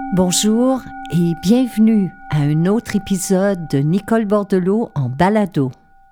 Bonjour et bienvenue à un autre épisode de Nicole Bordelot en balado.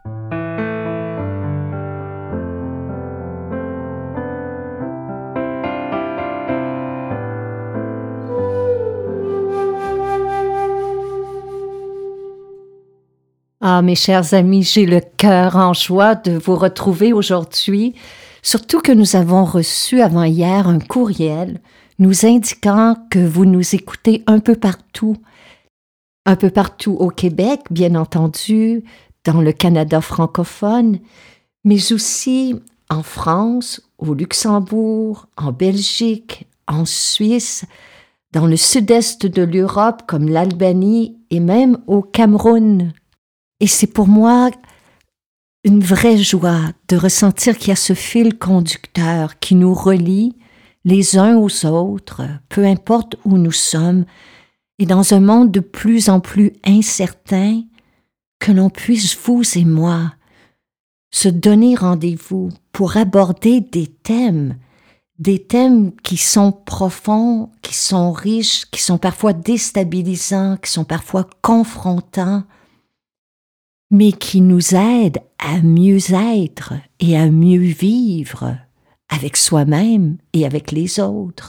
Ah, mes chers amis, j'ai le cœur en joie de vous retrouver aujourd'hui, surtout que nous avons reçu avant-hier un courriel nous indiquant que vous nous écoutez un peu partout au Québec, bien entendu, dans le Canada francophone, mais aussi en France, au Luxembourg, en Belgique, en Suisse, dans le sud-est de l'Europe comme l'Albanie et même au Cameroun. Et c'est pour moi une vraie joie de ressentir qu'il y a ce fil conducteur qui nous relie les uns aux autres, peu importe où nous sommes, et dans un monde de plus en plus incertain, que l'on puisse, vous et moi, se donner rendez-vous pour aborder des thèmes qui sont profonds, qui sont riches, qui sont parfois déstabilisants, qui sont parfois confrontants, mais qui nous aident à mieux être et à mieux vivre avec soi-même et avec les autres.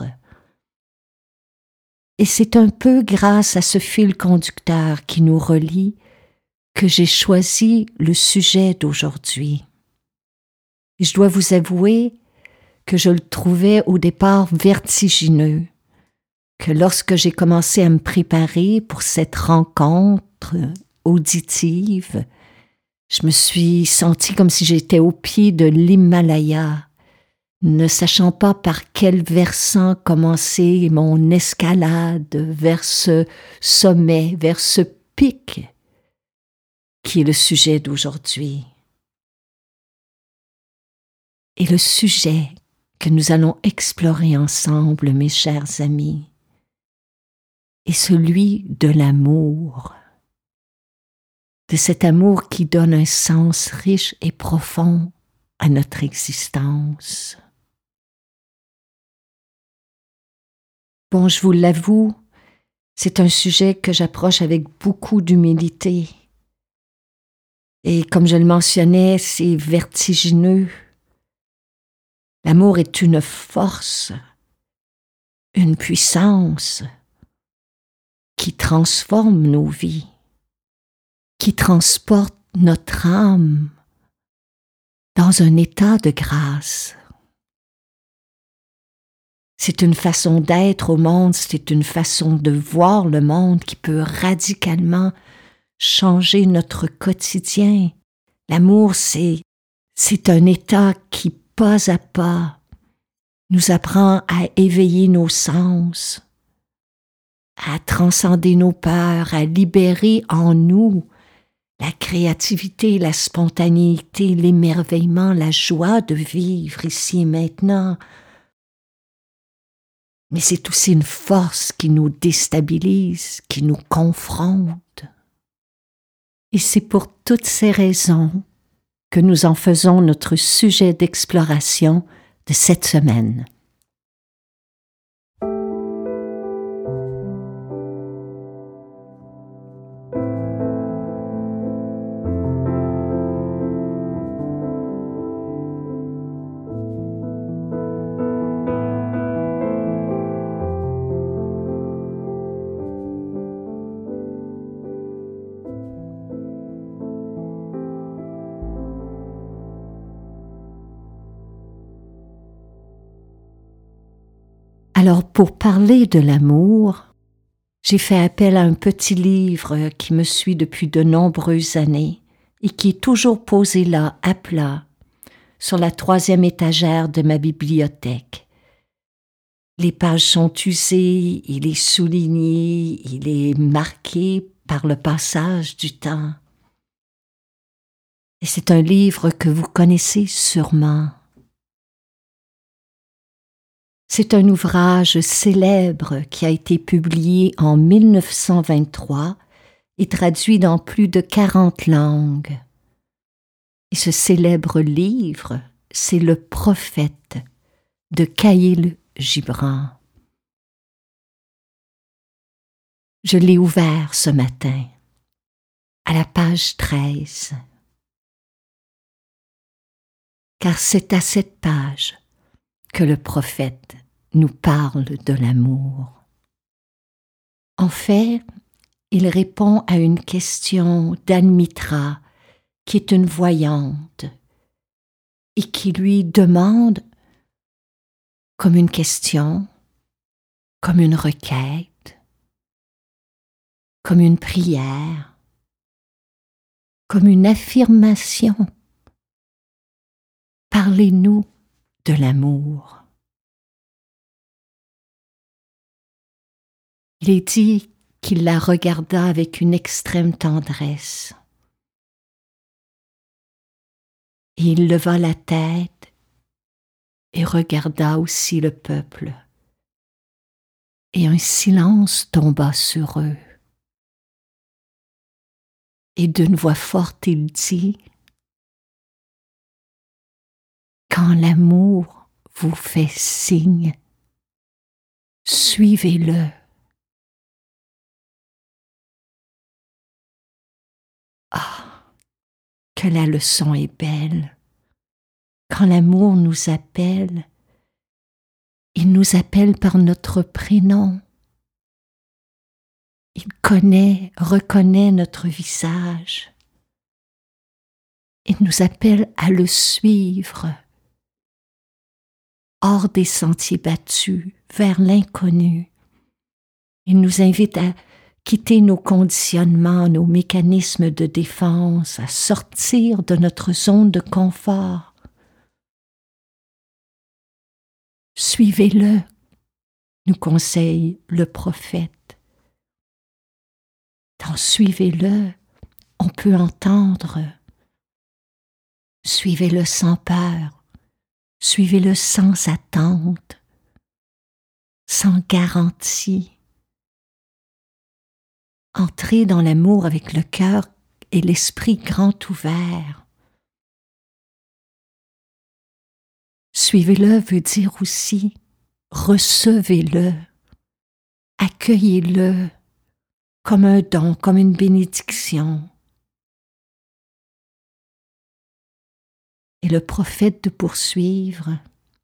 Et c'est un peu grâce à ce fil conducteur qui nous relie que j'ai choisi le sujet d'aujourd'hui. Et je dois vous avouer que je le trouvais au départ vertigineux, que lorsque j'ai commencé à me préparer pour cette rencontre auditive, je me suis sentie comme si j'étais au pied de l'Himalaya, ne sachant pas par quel versant commencer mon escalade vers ce sommet, vers ce pic qui est le sujet d'aujourd'hui. Et le sujet que nous allons explorer ensemble, mes chers amis, est celui de l'amour. De cet amour qui donne un sens riche et profond à notre existence. Bon, je vous l'avoue, c'est un sujet que j'approche avec beaucoup d'humilité. Et comme je le mentionnais, c'est vertigineux. L'amour est une force, une puissance qui transforme nos vies, qui transporte notre âme dans un état de grâce. C'est une façon d'être au monde, c'est une façon de voir le monde qui peut radicalement changer notre quotidien. L'amour, c'est un état qui, pas à pas, nous apprend à éveiller nos sens, à transcender nos peurs, à libérer en nous la créativité, la spontanéité, l'émerveillement, la joie de vivre ici et maintenant. Mais c'est aussi une force qui nous déstabilise, qui nous confronte. Et c'est pour toutes ces raisons que nous en faisons notre sujet d'exploration de cette semaine. Alors, pour parler de l'amour, j'ai fait appel à un petit livre qui me suit depuis de nombreuses années et qui est toujours posé là, à plat, sur la 3e étagère de ma bibliothèque. Les pages sont usées, il est souligné, il est marqué par le passage du temps. Et c'est un livre que vous connaissez sûrement. C'est un ouvrage célèbre qui a été publié en 1923 et traduit dans plus de 40 langues. Et ce célèbre livre, c'est Le Prophète de Khalil Gibran. Je l'ai ouvert ce matin, à la page 13. Car c'est à cette page que le prophète nous parle de l'amour. En fait, il répond à une question d'Anne Mitra, qui est une voyante, et qui lui demande, comme une question, comme une requête, comme une prière, comme une affirmation. Parlez-nous de l'amour. Il est dit qu'il la regarda avec une extrême tendresse. Et il leva la tête et regarda aussi le peuple. Et un silence tomba sur eux. Et d'une voix forte, il dit : « Quand l'amour vous fait signe, suivez-le. » Ah, que la leçon est belle. Quand l'amour nous appelle, il nous appelle par notre prénom. Il connaît, reconnaît notre visage. Il nous appelle à le suivre, hors des sentiers battus, vers l'inconnu. Il nous invite à quitter nos conditionnements, nos mécanismes de défense, à sortir de notre zone de confort. Suivez-le, nous conseille le prophète. Dans Suivez-le, on peut entendre. Suivez-le sans peur, suivez-le sans attente, sans garantie. Entrez dans l'amour avec le cœur et l'esprit grand ouvert. Suivez-le veut dire aussi recevez-le, accueillez-le comme un don, comme une bénédiction. Et le prophète de poursuivre,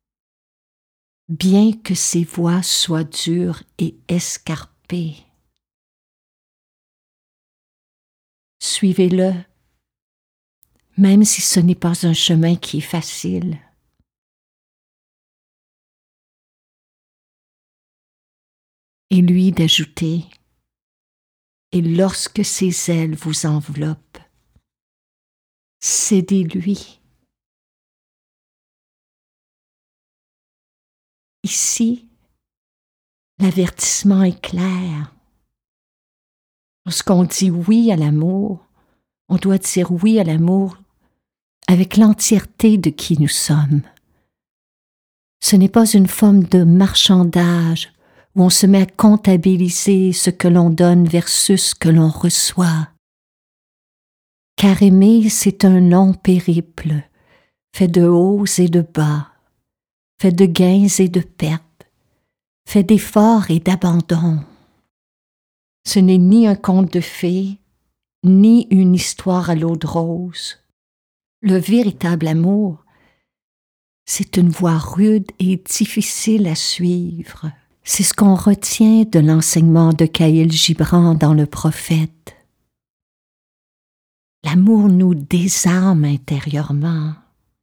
bien que ses voies soient dures et escarpées, suivez-le, même si ce n'est pas un chemin qui est facile. Et lui d'ajouter, et lorsque ses ailes vous enveloppent, cédez-lui. Ici, l'avertissement est clair. Lorsqu'on dit oui à l'amour, on doit dire oui à l'amour avec l'entièreté de qui nous sommes. Ce n'est pas une forme de marchandage où on se met à comptabiliser ce que l'on donne versus ce que l'on reçoit. Car aimer, c'est un long périple, fait de hauts et de bas, fait de gains et de pertes, fait d'efforts et d'abandon. Ce n'est ni un conte de fées, ni une histoire à l'eau de rose. Le véritable amour, c'est une voie rude et difficile à suivre. C'est ce qu'on retient de l'enseignement de Khalil Gibran dans Le Prophète. L'amour nous désarme intérieurement,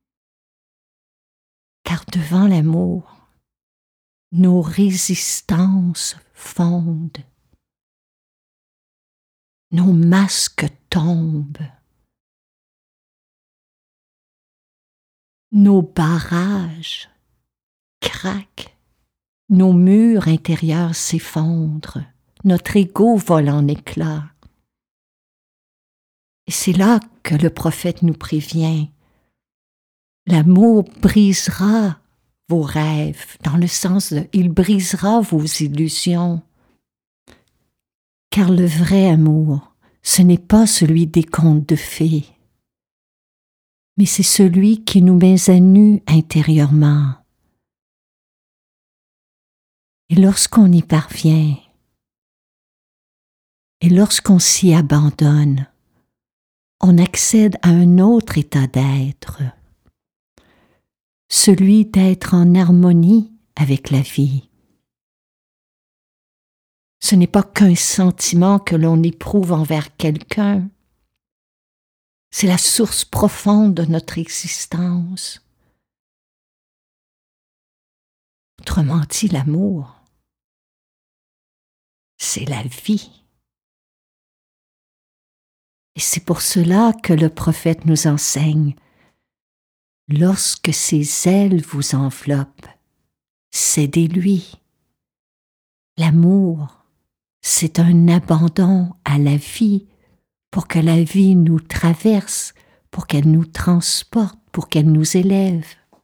car devant l'amour, nos résistances fondent, nos masques tombent, nos barrages craquent, nos murs intérieurs s'effondrent, notre ego vole en éclats. Et c'est là que le prophète nous prévient. L'amour brisera vos rêves, dans le sens de il brisera vos illusions. Car le vrai amour, ce n'est pas celui des contes de fées, mais c'est celui qui nous met à nu intérieurement. Et lorsqu'on y parvient, Et lorsqu'on s'y abandonne, on accède à un autre état d'être, celui d'être en harmonie avec la vie. Ce n'est pas qu'un sentiment que l'on éprouve envers quelqu'un, c'est la source profonde de notre existence. Autrement dit, l'amour, c'est la vie. Et c'est pour cela que le prophète nous enseigne, lorsque ses ailes vous enveloppent, cédez-lui. L'amour, c'est un abandon à la vie pour que la vie nous traverse, pour qu'elle nous transporte, pour qu'elle nous élève.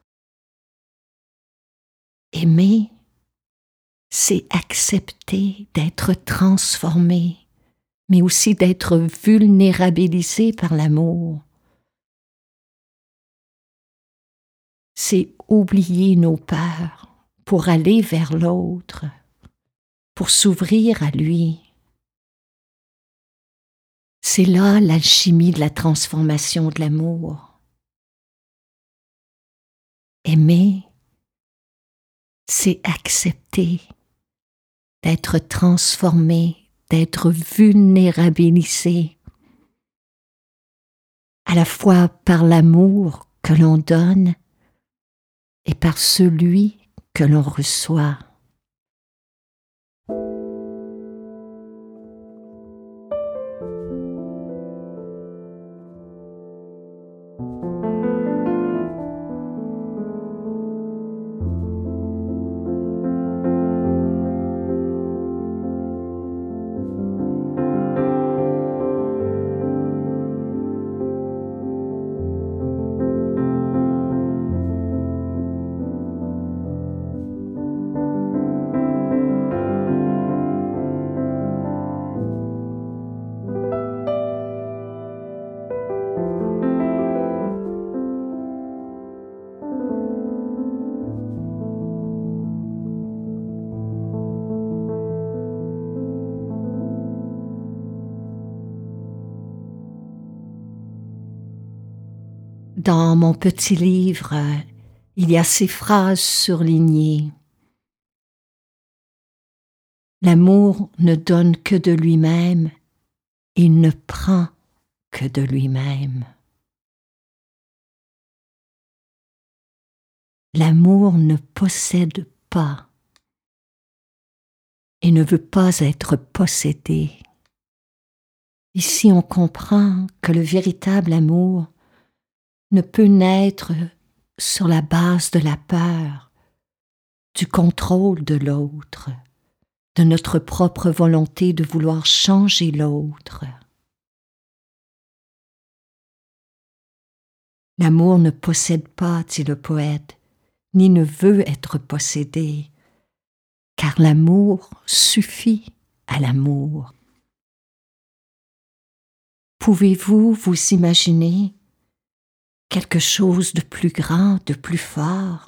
Aimer, c'est accepter d'être transformé, mais aussi d'être vulnérabilisé par l'amour. C'est oublier nos peurs pour aller vers l'autre, pour s'ouvrir à lui. C'est là l'alchimie de la transformation de l'amour. Aimer, c'est accepter d'être transformé, d'être vulnérabilisé, à la fois par l'amour que l'on donne et par celui que l'on reçoit. Dans mon petit livre, il y a ces phrases surlignées. L'amour ne donne que de lui-même et ne prend que de lui-même. L'amour ne possède pas et ne veut pas être possédé. Ici, on comprend que le véritable amour ne peut naître sur la base de la peur, du contrôle de l'autre, de notre propre volonté de vouloir changer l'autre. L'amour ne possède pas, dit le poète, ni ne veut être possédé, car l'amour suffit à l'amour. Pouvez-vous vous imaginer quelque chose de plus grand, de plus fort?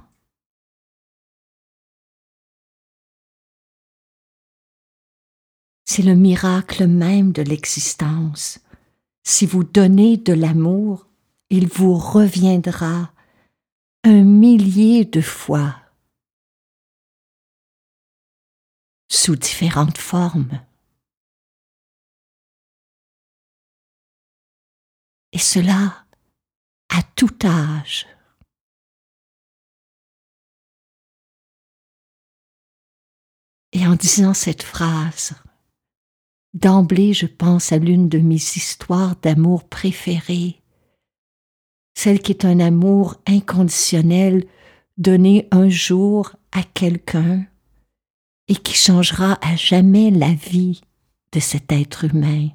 C'est le miracle même de l'existence. Si vous donnez de l'amour, il vous reviendra 1 000 000 de fois, sous différentes formes. Et cela à tout âge. Et en disant cette phrase, d'emblée je pense à l'une de mes histoires d'amour préférées, celle qui est un amour inconditionnel donné un jour à quelqu'un et qui changera à jamais la vie de cet être humain.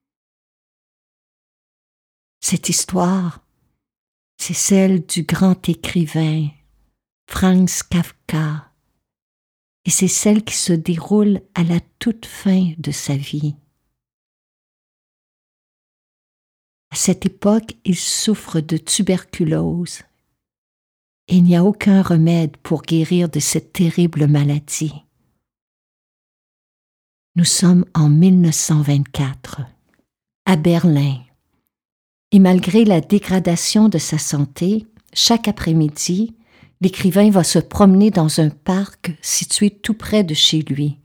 Cette histoire, c'est celle du grand écrivain Franz Kafka, et c'est celle qui se déroule à la toute fin de sa vie. À cette époque, il souffre de tuberculose et il n'y a aucun remède pour guérir de cette terrible maladie. Nous sommes en 1924, à Berlin, et malgré la dégradation de sa santé, chaque après-midi, l'écrivain va se promener dans un parc situé tout près de chez lui.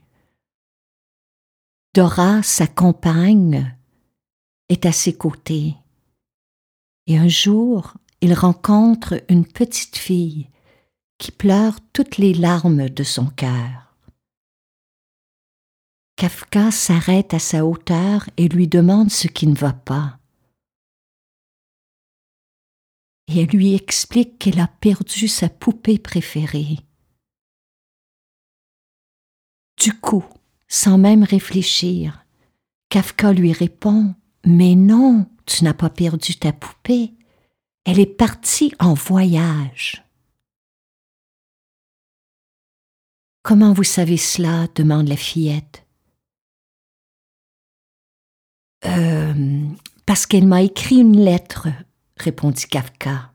Dora, sa compagne, est à ses côtés. Et un jour, il rencontre une petite fille qui pleure toutes les larmes de son cœur. Kafka s'arrête à sa hauteur et lui demande ce qui ne va pas. Et elle lui explique qu'elle a perdu sa poupée préférée. Du coup, sans même réfléchir, Kafka lui répond « Mais non, tu n'as pas perdu ta poupée. Elle est partie en voyage. » « Comment vous savez cela ?» demande la fillette. Parce qu'elle m'a écrit une lettre, répondit Kafka.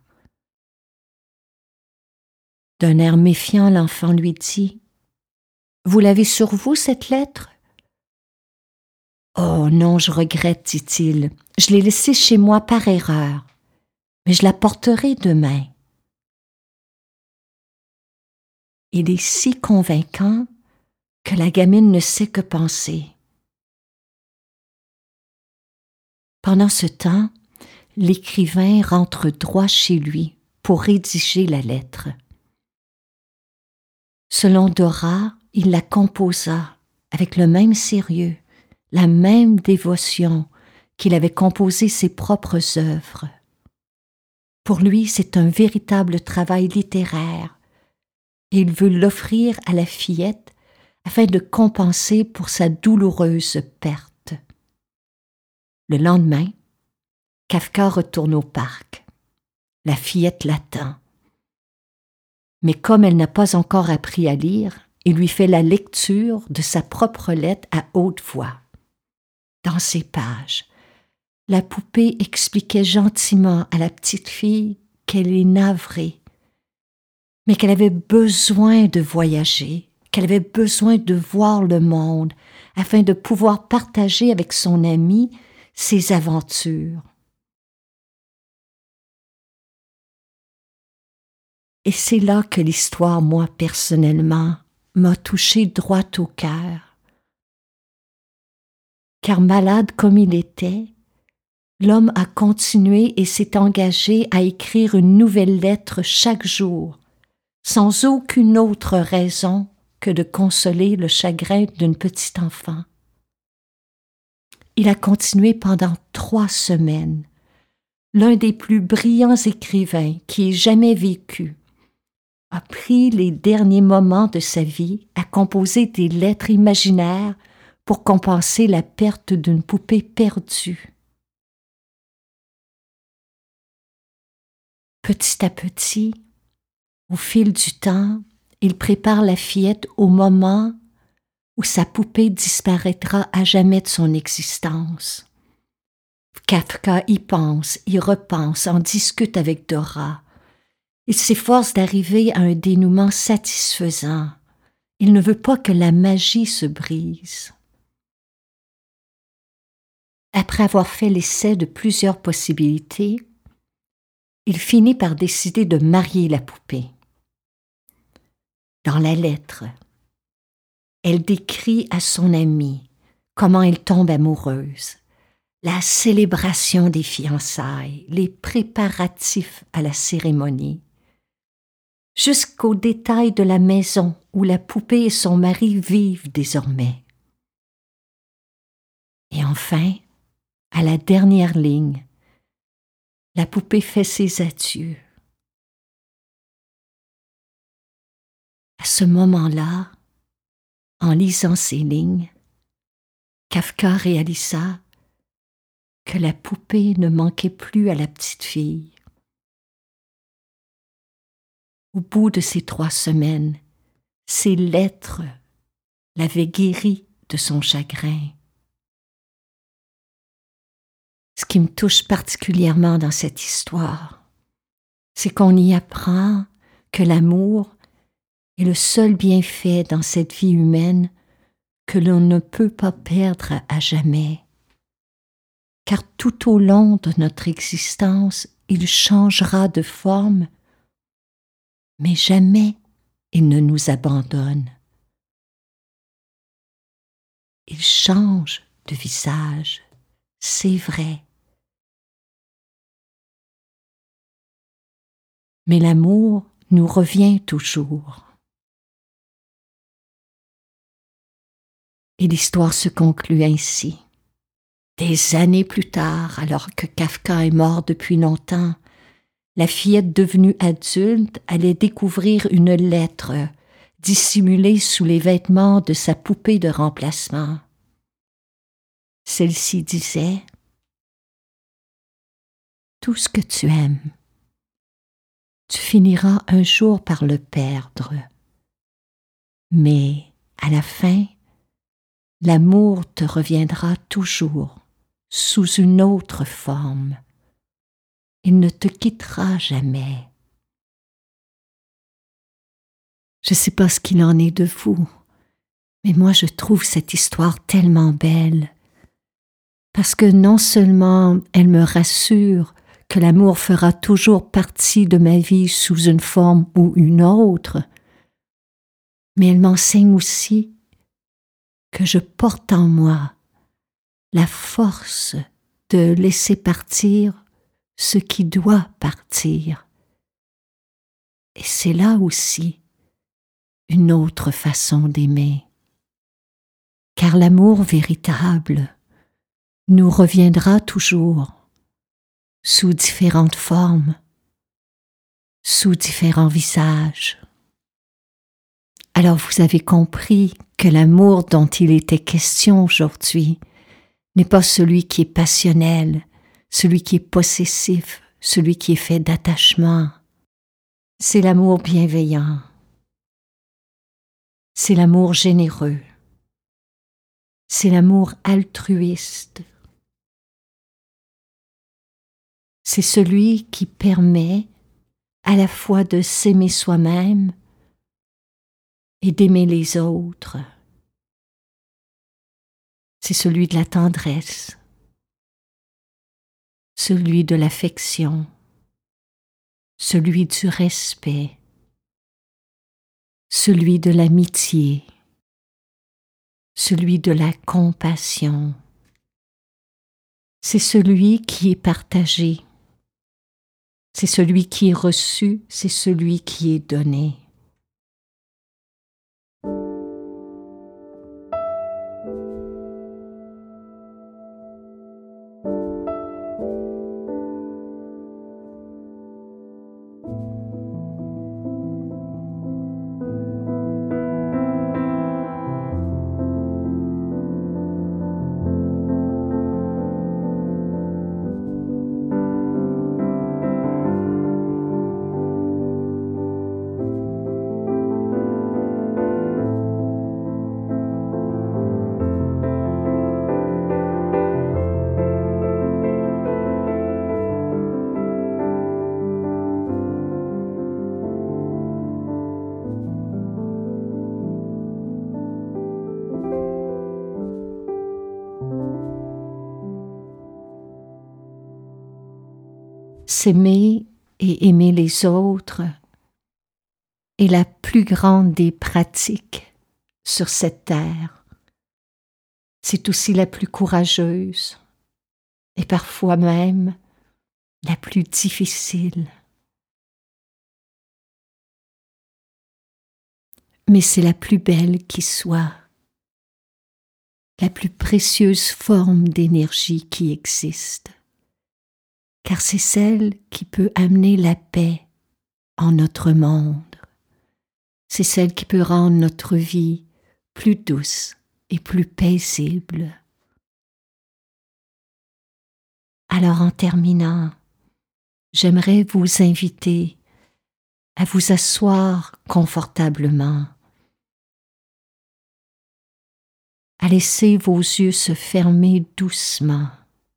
D'un air méfiant, l'enfant lui dit « Vous l'avez sur vous, cette lettre ?»« Oh non, je regrette, dit-il. Je l'ai laissée chez moi par erreur, mais je la porterai demain. » Il est si convaincant que la gamine ne sait que penser. Pendant ce temps, l'écrivain rentre droit chez lui pour rédiger la lettre. Selon Dora, il la composa avec le même sérieux, la même dévotion qu'il avait composé ses propres œuvres. Pour lui, c'est un véritable travail littéraire et il veut l'offrir à la fillette afin de compenser pour sa douloureuse perte. Le lendemain, Kafka retourne au parc. La fillette l'attend. Mais comme elle n'a pas encore appris à lire, il lui fait la lecture de sa propre lettre à haute voix. Dans ces pages, la poupée expliquait gentiment à la petite fille qu'elle est navrée, mais qu'elle avait besoin de voyager, qu'elle avait besoin de voir le monde afin de pouvoir partager avec son amie ses aventures. Et c'est là que l'histoire, moi, personnellement, m'a touché droit au cœur. Car malade comme il était, l'homme a continué et s'est engagé à écrire une nouvelle lettre chaque jour, sans aucune autre raison que de consoler le chagrin d'une petite enfant. Il a continué pendant 3 semaines, l'un des plus brillants écrivains qui ait jamais vécu, a pris les derniers moments de sa vie à composer des lettres imaginaires pour compenser la perte d'une poupée perdue. Petit à petit, au fil du temps, il prépare la fillette au moment où sa poupée disparaîtra à jamais de son existence. Kafka y pense, y repense, en discute avec Dora. Il s'efforce d'arriver à un dénouement satisfaisant. Il ne veut pas que la magie se brise. Après avoir fait l'essai de plusieurs possibilités, il finit par décider de marier la poupée. Dans la lettre, elle décrit à son amie comment elle tombe amoureuse, la célébration des fiançailles, les préparatifs à la cérémonie, jusqu'aux détails de la maison où la poupée et son mari vivent désormais. Et enfin, à la dernière ligne, la poupée fait ses adieux. À ce moment-là, en lisant ces lignes, Kafka réalisa que la poupée ne manquait plus à la petite fille. Au bout de ces 3 semaines, ces lettres l'avaient guérie de son chagrin. Ce qui me touche particulièrement dans cette histoire, c'est qu'on y apprend que l'amour est le seul bienfait dans cette vie humaine que l'on ne peut pas perdre à jamais, car tout au long de notre existence, il changera de forme, mais jamais il ne nous abandonne. Il change de visage, c'est vrai. Mais l'amour nous revient toujours. Et l'histoire se conclut ainsi. Des années plus tard, alors que Kafka est mort depuis longtemps, la fillette devenue adulte allait découvrir une lettre dissimulée sous les vêtements de sa poupée de remplacement. Celle-ci disait « Tout ce que tu aimes, tu finiras un jour par le perdre. Mais à la fin, l'amour te reviendra toujours sous une autre forme. Il ne te quittera jamais. » Je ne sais pas ce qu'il en est de vous, mais moi je trouve cette histoire tellement belle, parce que non seulement elle me rassure que l'amour fera toujours partie de ma vie sous une forme ou une autre, mais elle m'enseigne aussi que je porte en moi la force de laisser partir ce qui doit partir. Et c'est là aussi une autre façon d'aimer. Car l'amour véritable nous reviendra toujours sous différentes formes, sous différents visages. Alors vous avez compris que l'amour dont il était question aujourd'hui n'est pas celui qui est passionnel, celui qui est possessif, celui qui est fait d'attachement. C'est l'amour bienveillant. C'est l'amour généreux. C'est l'amour altruiste. C'est celui qui permet à la fois de s'aimer soi-même et d'aimer les autres. C'est celui de la tendresse, celui de l'affection, celui du respect, celui de l'amitié, celui de la compassion. C'est celui qui est partagé, c'est celui qui est reçu, c'est celui qui est donné. S'aimer et aimer les autres est la plus grande des pratiques sur cette terre. C'est aussi la plus courageuse et parfois même la plus difficile. Mais c'est la plus belle qui soit, la plus précieuse forme d'énergie qui existe, car c'est celle qui peut amener la paix en notre monde. C'est celle qui peut rendre notre vie plus douce et plus paisible. Alors en terminant, j'aimerais vous inviter à vous asseoir confortablement, à laisser vos yeux se fermer doucement.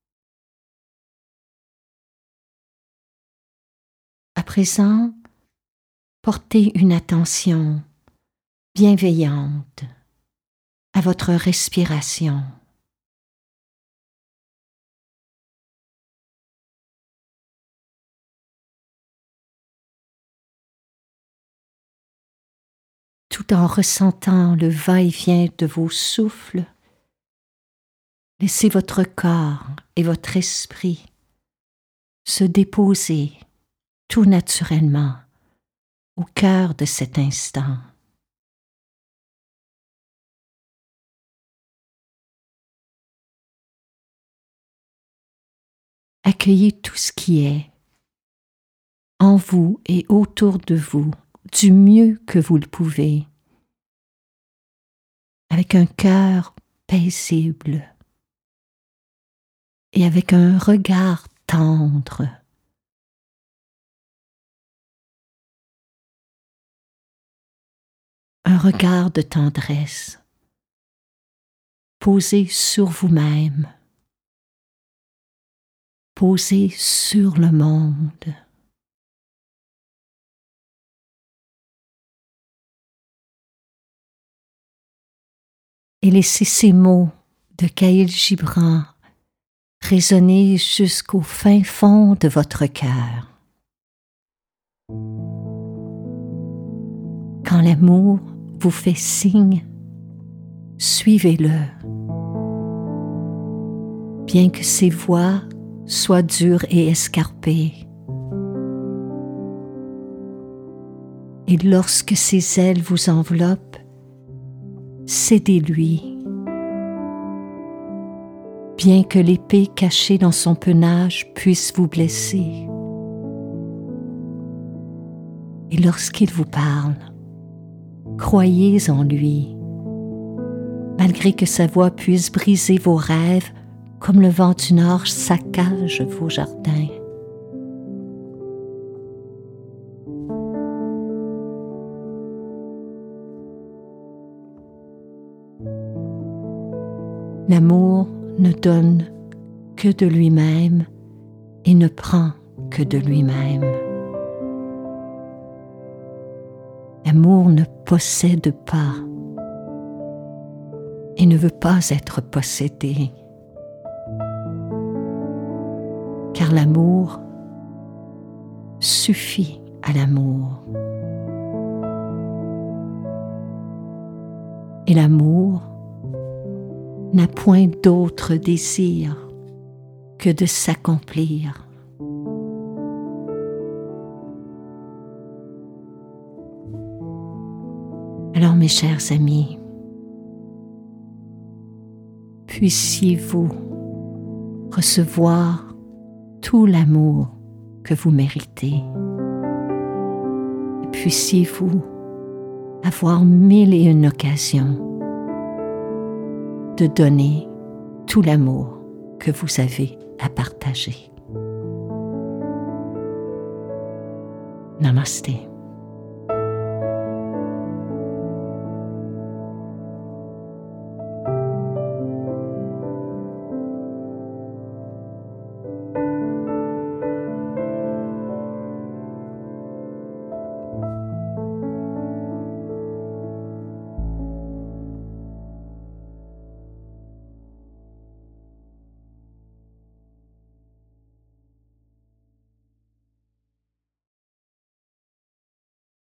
À présent, portez une attention bienveillante à votre respiration. Tout en ressentant le va-et-vient de vos souffles, laissez votre corps et votre esprit se déposer tout naturellement au cœur de cet instant. Accueillez tout ce qui est en vous et autour de vous du mieux que vous le pouvez, avec un cœur paisible et avec un regard tendre. Un regard de tendresse posé sur vous-même, posé sur le monde. Et laissez ces mots de Khalil Gibran résonner jusqu'au fin fond de votre cœur. Quand l'amour vous fait signe, suivez-le. Bien que ses voies soient dures et escarpées. Et lorsque ses ailes vous enveloppent, cédez-lui. Bien que l'épée cachée dans son penage puisse vous blesser. Et lorsqu'il vous parle, croyez en lui, malgré que sa voix puisse briser vos rêves comme le vent du nord saccage vos jardins. L'amour ne donne que de lui-même et ne prend que de lui-même. L'amour ne possède pas et ne veut pas être possédé. Car l'amour suffit à l'amour. Et l'amour n'a point d'autre désir que de s'accomplir. Alors mes chers amis, puissiez-vous recevoir tout l'amour que vous méritez. Et puissiez-vous avoir 1001 occasions de donner tout l'amour que vous avez à partager. Namasté.